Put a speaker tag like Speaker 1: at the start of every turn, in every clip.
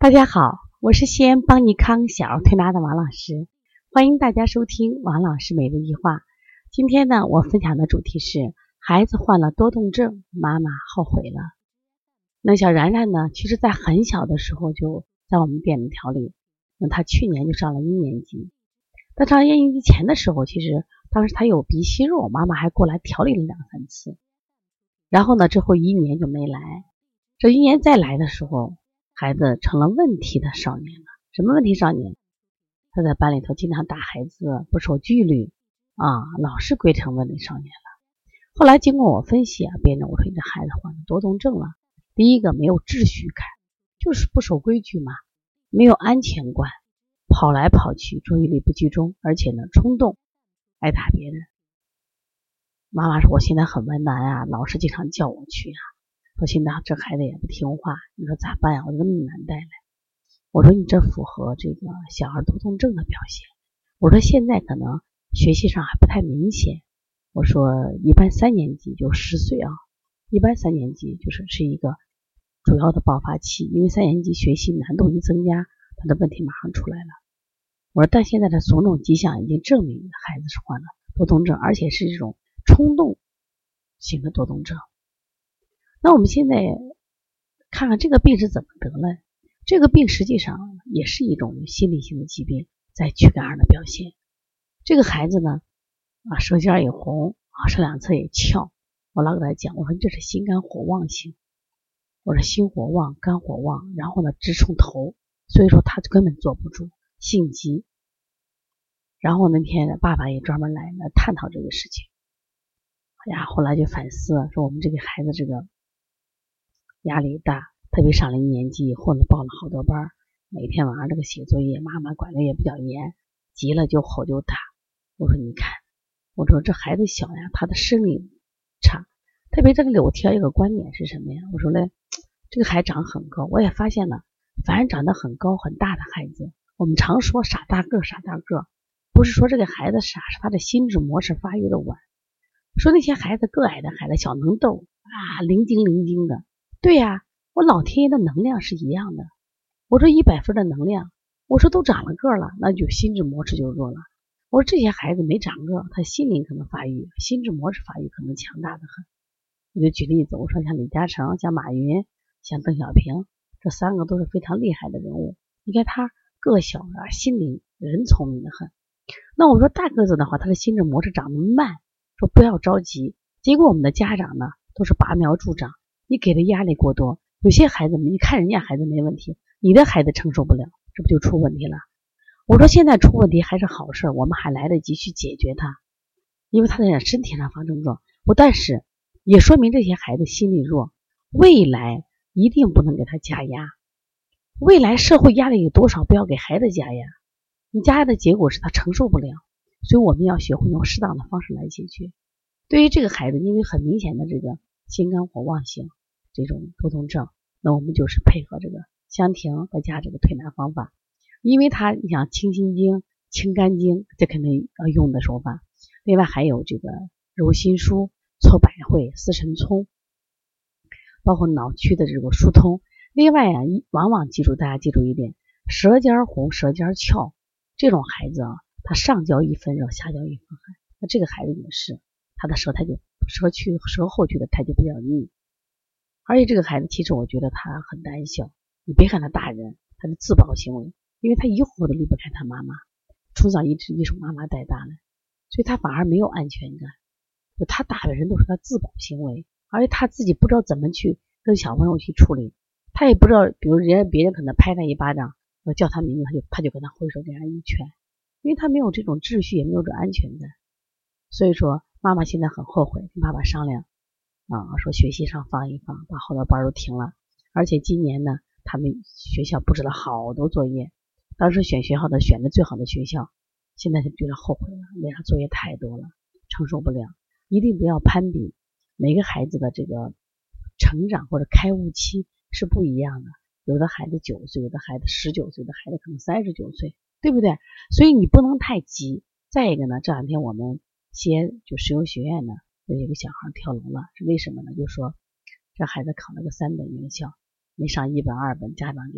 Speaker 1: 大家好，我是西安邦尼康小儿推拿的王老师，欢迎大家收听王老师每日一话。今天呢，我分享的主题是孩子患了多动症，妈妈后悔了。那小然然呢，其实在很小的时候就在我们店里调理，他去年就上了1年级。在上1年级前的时候，其实当时他有鼻息肉，妈妈还过来调理了2、3次。然后呢，之后1年就没来。这1年再来的时候，孩子成了问题的少年了。什么问题少年？他在班里头经常打孩子，不守纪律老是归成问题少年了。后来经过我分析辩证，我说你这孩子患了多动症了。第一个没有秩序感，就是不守规矩嘛，没有安全感，跑来跑去，注意力不集中，而且呢冲动，爱打别人。妈妈说我现在很为难老师经常叫我去说现在这孩子也不听话，你说咋办我这么难带来。我说你这符合这个小儿多动症的表现。我说现在可能学习上还不太明显。我说一般3年级就10岁一般3年级是一个主要的爆发期，因为3年级学习难度一增加，他的问题马上出来了。我说但现在的种种迹象已经证明孩子是患了多动症，而且是这种冲动型的多动症。那我们现在看看这个病是怎么得了。这个病实际上也是一种心理性的疾病，在躯干上的表现。这个孩子呢舌尖也红舌两侧也翘。我老给他讲，我说这是心肝火旺型。我说心火旺，肝火旺，然后呢直冲头，所以说他根本坐不住，性急。然后那天爸爸也专门来探讨这个事情。后来就反思说我们这个孩子这个压力大，特别上了1年级以后呢，报了好多班，每天晚上这个写作业妈妈管的也比较严，急了就吼就打。我说你看，我说这孩子小他的视力差。特别这里我提到一个观点是什么呀？我说嘞，这个孩子长很高，我也发现了，凡是长得很高很大的孩子，我们常说傻大个傻大个，不是说这个孩子傻，是他的心智模式发育的晚。说那些孩子个矮的孩子小能豆灵精灵精的，对我老天爷的能量是一样的。我说100分的能量，我说都长了个了，那就心智模式就弱了。我说这些孩子没长个，他心灵可能发育，心智模式发育可能强大的很。我就举例子，我说像李嘉诚，像马云，像邓小平，这3个都是非常厉害的人物。你看他个小心灵人聪明的很。那我说大个子的话，他的心智模式长得慢，说不要着急。结果我们的家长呢都是拔苗助长，你给的压力过多，有些孩子你看人家孩子没问题，你的孩子承受不了，这不就出问题了。我说现在出问题还是好事，我们还来得及去解决它，因为他在身体上发症状。但是也说明这些孩子心理弱，未来一定不能给他加压。未来社会压力有多少，不要给孩子加压，你加压的结果是他承受不了。所以我们要学会用适当的方式来解决。对于这个孩子，因为很明显的这个心肝火旺型这种多动症，那我们就是配合这个香庭再加这个推拿方法。因为他你想清心经、清肝经，这肯定要用的手法。另外还有这个揉心枢、搓百会、四神聪，包括脑区的这个疏通。另外往往大家记住一点，舌尖红、舌尖翘，这种孩子他上焦一分热，下焦一分寒。那这个孩子也是，他的舌后区的苔就比较腻。而且这个孩子其实我觉得他很胆小，你别看他大人，他是自保行为，因为他一会儿都离不开他妈妈，从小一直受妈妈带大了，所以他反而没有安全感。就他打的人都是他自保行为，而且他自己不知道怎么去跟小朋友去处理，他也不知道，比如别人可能拍他一巴掌，叫他名字，他就跟他挥手给他一拳，因为他没有这种秩序，也没有这种安全感。所以说妈妈现在很后悔，跟爸爸商量说学习上放一放，把好多班都停了。而且今年呢，他们学校布置了好多作业，当时选学校的选的最好的学校，现在就觉得后悔了，为啥作业太多了，承受不了。一定不要攀比，每个孩子的这个成长或者开悟期是不一样的，有的孩子9岁，有的孩子19岁，的孩子可能39岁，对不对？所以你不能太急。再一个呢，这2天我们西安就石油学院呢有一个小孩跳楼了，是为什么呢？就说这孩子考了个3本院校，没上1本2本，家长就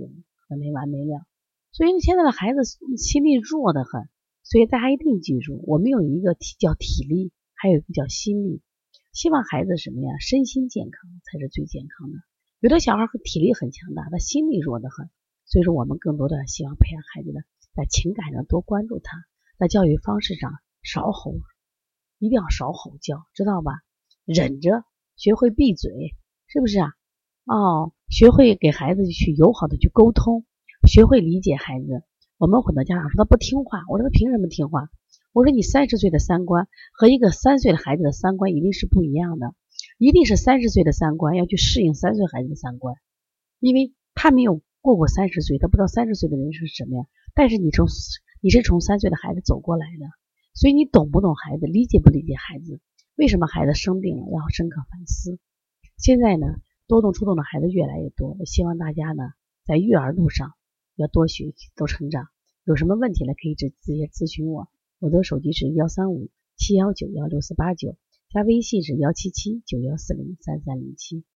Speaker 1: 的没完没了。所以现在的孩子心力弱得很，所以大家一定记住，我们有一个叫体力，还有一个叫心力。希望孩子什么呀？身心健康才是最健康的。有的小孩体力很强大，他心力弱得很，所以说我们更多的希望培养孩子的在情感上多关注他，在教育方式上少吼，一定要少吼叫，知道吧？忍着，学会闭嘴，是不是啊？学会给孩子去友好的去沟通，学会理解孩子。我们很多家长说他不听话，我说他凭什么听话？我说你30岁的三观和一个3岁的孩子的三观一定是不一样的，一定是30岁的三观要去适应3岁孩子的三观，因为他没有过30岁，他不知道30岁的人是什么样。但是你是从3岁的孩子走过来的，所以你懂不懂孩子，理解不理解孩子？为什么孩子生病了要深刻反思？现在呢，多动初动的孩子越来越多，我希望大家呢在育儿路上要多学习多成长。有什么问题呢，可以直接咨询我，我的手机是135-719-16489，加微信是177-9140-3307。